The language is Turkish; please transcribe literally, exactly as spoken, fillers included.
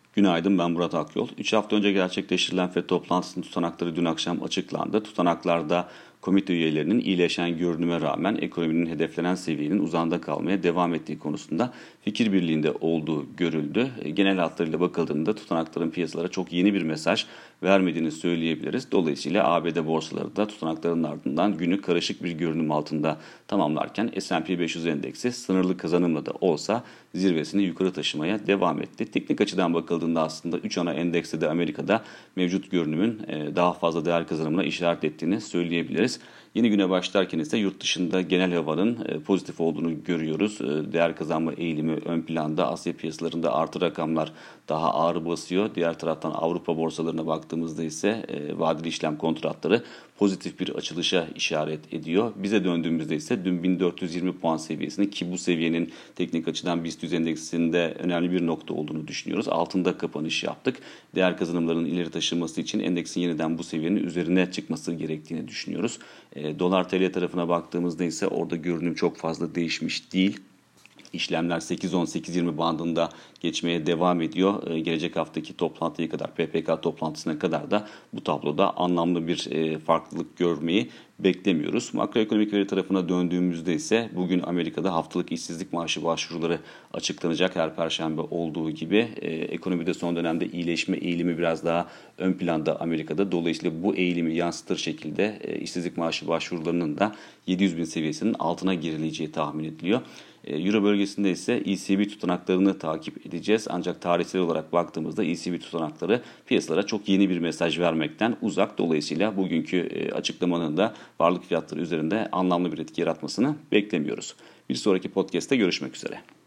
Günaydın, ben Murat Akyol. üç hafta önce gerçekleştirilen F E D toplantısının tutanakları dün akşam açıklandı. Tutanaklarda komite üyelerinin iyileşen görünüme rağmen ekonominin hedeflenen seviyenin uzağında kalmaya devam ettiği konusunda fikir birliğinde olduğu görüldü. Genel hatlarıyla bakıldığında tutanakların piyasalara çok yeni bir mesaj vermediğini söyleyebiliriz. Dolayısıyla A B D borsaları da tutanakların ardından günü karışık bir görünüm altında tamamlarken S and P beş yüz endeksi sınırlı kazanımla da olsa zirvesini yukarı taşımaya devam etti. Teknik açıdan bakıldığında aslında üç ana endekste de Amerika'da mevcut görünümün daha fazla değer kazanımına işaret ettiğini söyleyebiliriz. Yeni güne başlarken ise yurt dışında genel havanın pozitif olduğunu görüyoruz. Değer kazanma eğilimi ön planda. Asya piyasalarında artı rakamlar daha ağır basıyor. Diğer taraftan Avrupa borsalarına baktığımızda ise vadeli işlem kontratları pozitif bir açılışa işaret ediyor. Bize döndüğümüzde ise dün bin dört yüz yirmi puan seviyesini, ki bu seviyenin teknik açıdan BIST yüz endeksinde önemli bir nokta olduğunu düşünüyoruz. Altında kapanış yaptık. Değer kazanımlarının ileri taşınması için endeksin yeniden bu seviyenin üzerine çıkması gerektiğini düşünüyoruz. E, Dolar T L tarafına baktığımızda ise orada görünüm çok fazla değişmiş değil. İşlemler sekiz on sekiz yirmi bandında geçmeye devam ediyor. Ee, gelecek haftaki toplantıya kadar, P P K toplantısına kadar da bu tabloda anlamlı bir e, farklılık görmeyi beklemiyoruz. Makroekonomik veri tarafına döndüğümüzde ise bugün Amerika'da haftalık işsizlik maaşı başvuruları açıklanacak, her perşembe olduğu gibi. E, ekonomide son dönemde iyileşme eğilimi biraz daha ön planda Amerika'da. Dolayısıyla bu eğilimi yansıtır şekilde e, işsizlik maaşı başvurularının da yedi yüz bin seviyesinin altına gerileyeceği tahmin ediliyor. Euro bölgesinde ise E C B tutanaklarını takip edeceğiz. Ancak tarihsel olarak baktığımızda E C B tutanakları piyasalara çok yeni bir mesaj vermekten uzak. Dolayısıyla bugünkü açıklamanın da varlık fiyatları üzerinde anlamlı bir etki yaratmasını beklemiyoruz. Bir sonraki podcast'te görüşmek üzere.